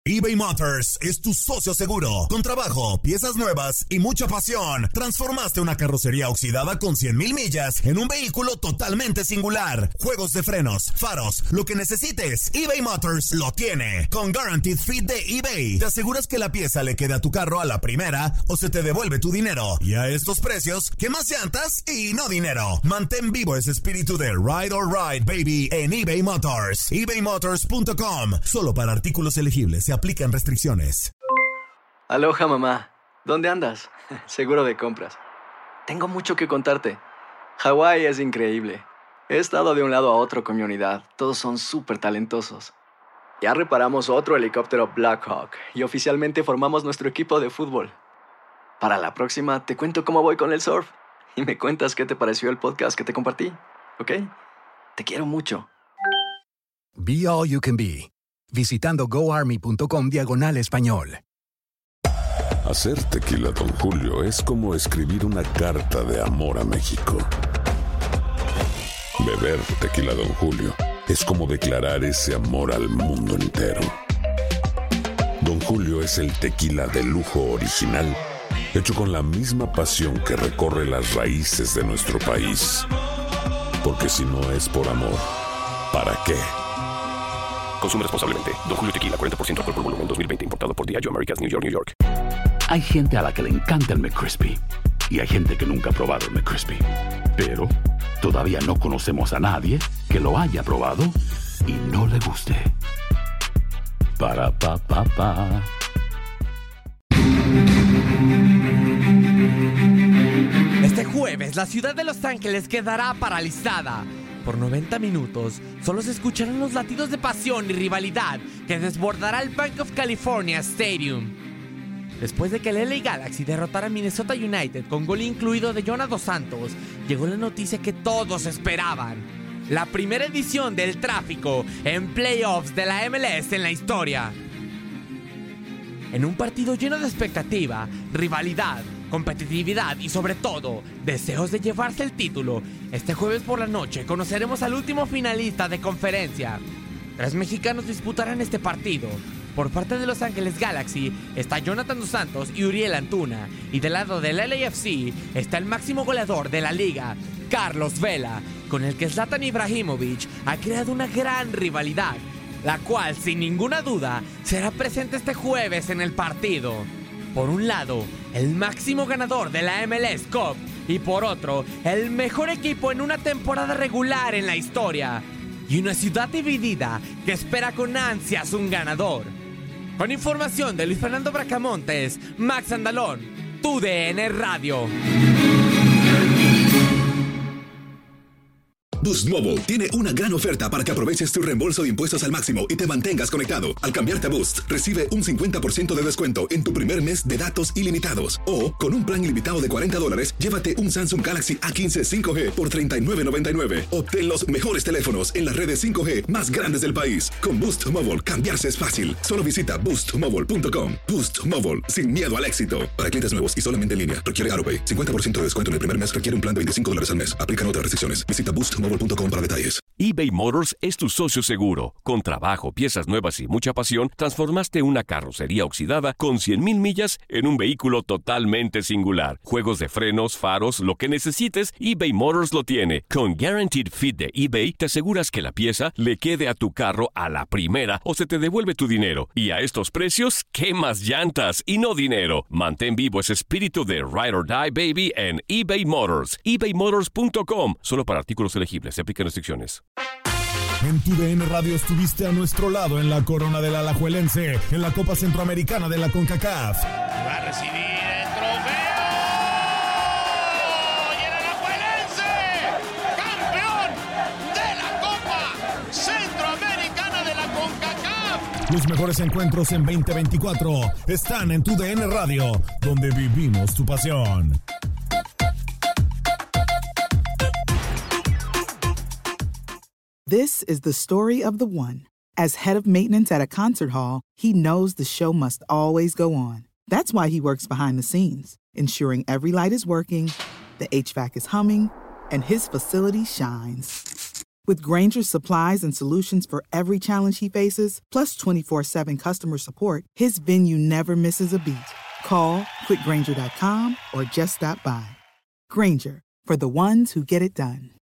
eBay Motors es tu socio seguro. Con trabajo, piezas nuevas y mucha pasión, transformaste una carrocería oxidada con 100,000 millas en un vehículo totalmente singular. Juegos de frenos, faros, lo que necesites, eBay Motors lo tiene. Con Guaranteed Fit de eBay, te aseguras que la pieza le quede a tu carro a la primera o se te devuelve tu dinero. Y a estos precios, ¿qué más llantas y no dinero? Mantén vivo ese espíritu de Ride or Ride, baby, en eBay Motors. ebaymotors.com. Solo para artículos elegibles. Se aplican restricciones. Aloha, mamá. ¿Dónde andas? Seguro de compras. Tengo mucho que contarte. Hawái es increíble. He estado de un lado a otro con mi unidad. Todos son súper talentosos. Ya reparamos otro helicóptero Blackhawk y oficialmente formamos nuestro equipo de fútbol. Para la próxima te cuento cómo voy con el surf y me cuentas qué te pareció el podcast que te compartí, ¿ok? Te quiero mucho. Be All You Can Be. Visitando goarmy.com/español. Hacer tequila Don Julio es como escribir una carta de amor a México. Beber tequila Don Julio es como declarar ese amor al mundo entero. Don Julio es el tequila de lujo original, hecho con la misma pasión que recorre las raíces de nuestro país. Porque si no es por amor, ¿para qué? Consume responsablemente. Don Julio Tequila, 40% alcohol por volumen, 2020. Importado por Diageo Americas, New York, New York. Hay gente a la que le encanta el McCrispy y hay gente que nunca ha probado el McCrispy. Pero todavía no conocemos a nadie que lo haya probado y no le guste. Para pa pa pa. Este jueves, la ciudad de Los Ángeles quedará paralizada. Por 90 minutos, solo se escucharán los latidos de pasión y rivalidad que desbordará el Bank of California Stadium. Después de que el LA Galaxy derrotara a Minnesota United con gol incluido de Jonah Dos Santos, llegó la noticia que todos esperaban: la primera edición del tráfico en playoffs de la MLS en la historia. En un partido lleno de expectativa, rivalidad, competitividad y sobre todo, deseos de llevarse el título, este jueves por la noche conoceremos al último finalista de conferencia. 3 mexicanos disputarán este partido. Por parte de Los Ángeles Galaxy está Jonathan Dos Santos y Uriel Antuna, y del lado del LAFC está el máximo goleador de la liga, Carlos Vela, con el que Zlatan Ibrahimovic ha creado una gran rivalidad, la cual sin ninguna duda será presente este jueves en el partido. Por un lado, el máximo ganador de la MLS Cup, y por otro, el mejor equipo en una temporada regular en la historia. Y una ciudad dividida que espera con ansias un ganador. Con información de Luis Fernando Bracamontes, Max Andalón, TUDN Radio. Boost Mobile tiene una gran oferta para que aproveches tu reembolso de impuestos al máximo y te mantengas conectado. Al cambiarte a Boost, recibe un 50% de descuento en tu primer mes de datos ilimitados. O, con un plan ilimitado de $40, llévate un Samsung Galaxy A15 5G por $39.99. Obtén los mejores teléfonos en las redes 5G más grandes del país. Con Boost Mobile, cambiarse es fácil. Solo visita boostmobile.com. Boost Mobile, sin miedo al éxito. Para clientes nuevos y solamente en línea, requiere AutoPay. 50% de descuento en el primer mes requiere un plan de $25 al mes. Aplican otras restricciones. Visita boostmobile.com para detalles. eBay Motors es tu socio seguro. Con trabajo, piezas nuevas y mucha pasión, transformaste una carrocería oxidada con 100,000 millas en un vehículo totalmente singular. Juegos de frenos, faros, lo que necesites, eBay Motors lo tiene. Con Guaranteed Fit de eBay, te aseguras que la pieza le quede a tu carro a la primera o se te devuelve tu dinero. Y a estos precios, ¿qué más llantas y no dinero? Mantén vivo ese espíritu de Ride or Die, baby, en eBay Motors. ebaymotors.com. Solo para artículos elegibles. Se aplican restricciones. En TUDN Radio estuviste a nuestro lado en la corona del Alajuelense, en la Copa Centroamericana de la CONCACAF. Va a recibir el trofeo. Y el Alajuelense, campeón de la Copa Centroamericana de la CONCACAF. Los mejores encuentros en 2024 están en TUDN Radio, donde vivimos tu pasión. This is the story of the one. As head of maintenance at a concert hall, he knows the show must always go on. That's why he works behind the scenes, ensuring every light is working, the HVAC is humming, and his facility shines. With Grainger's supplies and solutions for every challenge he faces, plus 24/7 customer support, his venue never misses a beat. Call quickgrainger.com or just stop by. Grainger, for the ones who get it done.